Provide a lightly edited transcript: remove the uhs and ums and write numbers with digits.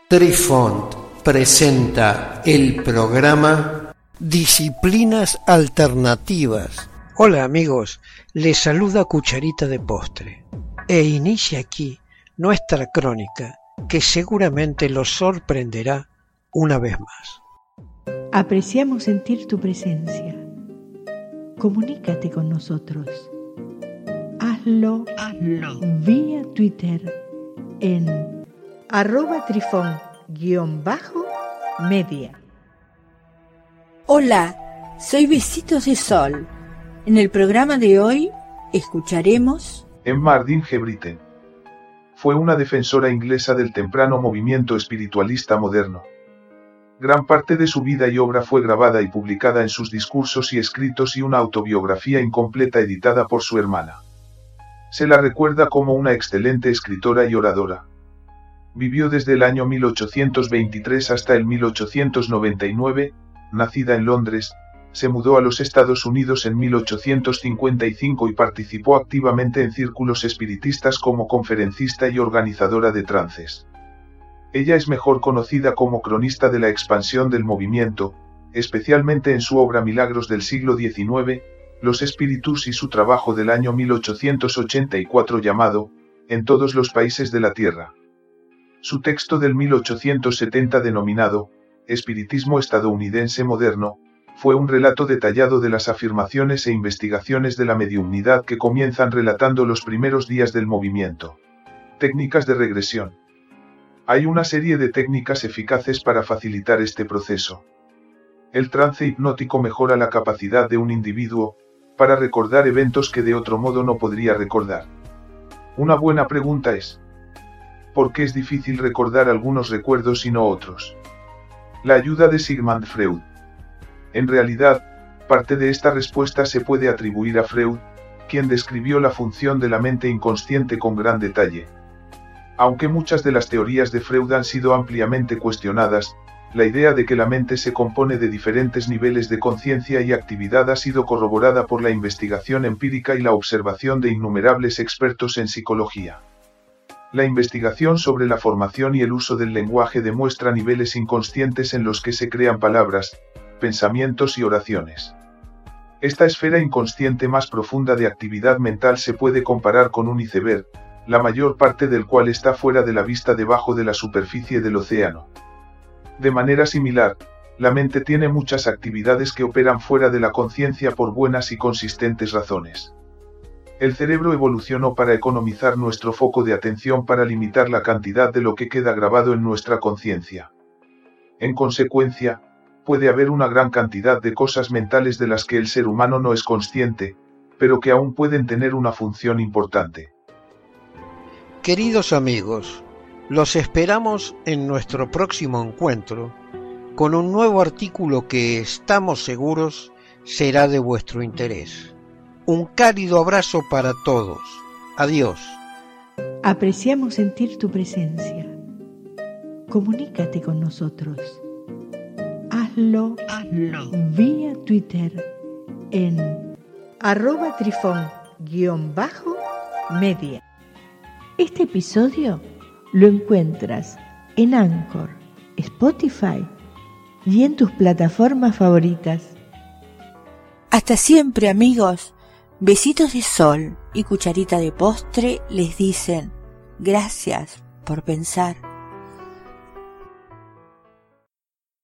Trifont presenta el programa Disciplinas Alternativas. Hola amigos, les saluda Cucharita de Postre e inicia aquí nuestra crónica que seguramente los sorprenderá una vez más. Apreciamos sentir tu presencia. Comunícate con nosotros. Hazlo vía Twitter en @trifon_media. Hola, soy Besitos de Sol. En el programa de hoy escucharemos... Emma Ardinge Britten. Fue una defensora inglesa del temprano movimiento espiritualista moderno. Gran parte de su vida y obra fue grabada y publicada en sus discursos y escritos y una autobiografía incompleta editada por su hermana. Se la recuerda como una excelente escritora y oradora. Vivió desde el año 1823 hasta el 1899, nacida en Londres, se mudó a los Estados Unidos en 1855 y participó activamente en círculos espiritistas como conferencista y organizadora de trances. Ella es mejor conocida como cronista de la expansión del movimiento, especialmente en su obra Milagros del siglo XIX, Los Espíritus y su trabajo del año 1884 llamado, En todos los países de la Tierra. Su texto del 1870 denominado, Espiritismo estadounidense moderno, fue un relato detallado de las afirmaciones e investigaciones de la mediumnidad que comienzan relatando los primeros días del movimiento. Técnicas de regresión. Hay una serie de técnicas eficaces para facilitar este proceso. El trance hipnótico mejora la capacidad de un individuo para recordar eventos que de otro modo no podría recordar. Una buena pregunta es: ¿por qué es difícil recordar algunos recuerdos y no otros? La ayuda de Sigmund Freud. En realidad, parte de esta respuesta se puede atribuir a Freud, quien describió la función de la mente inconsciente con gran detalle. Aunque muchas de las teorías de Freud han sido ampliamente cuestionadas, la idea de que la mente se compone de diferentes niveles de conciencia y actividad ha sido corroborada por la investigación empírica y la observación de innumerables expertos en psicología. La investigación sobre la formación y el uso del lenguaje demuestra niveles inconscientes en los que se crean palabras, pensamientos y oraciones. Esta esfera inconsciente más profunda de actividad mental se puede comparar con un iceberg, la mayor parte del cual está fuera de la vista debajo de la superficie del océano. De manera similar, la mente tiene muchas actividades que operan fuera de la conciencia por buenas y consistentes razones. El cerebro evolucionó para economizar nuestro foco de atención para limitar la cantidad de lo que queda grabado en nuestra conciencia. En consecuencia, puede haber una gran cantidad de cosas mentales de las que el ser humano no es consciente, pero que aún pueden tener una función importante. Queridos amigos, los esperamos en nuestro próximo encuentro con un nuevo artículo que estamos seguros será de vuestro interés. Un cálido abrazo para todos. Adiós. Apreciamos sentir tu presencia. Comunícate con nosotros. Hazlo vía Twitter en @trifon_media. Este episodio lo encuentras en Anchor, Spotify y en tus plataformas favoritas. Hasta siempre, amigos. Besitos de Sol y Cucharita de Postre les dicen gracias por pensar.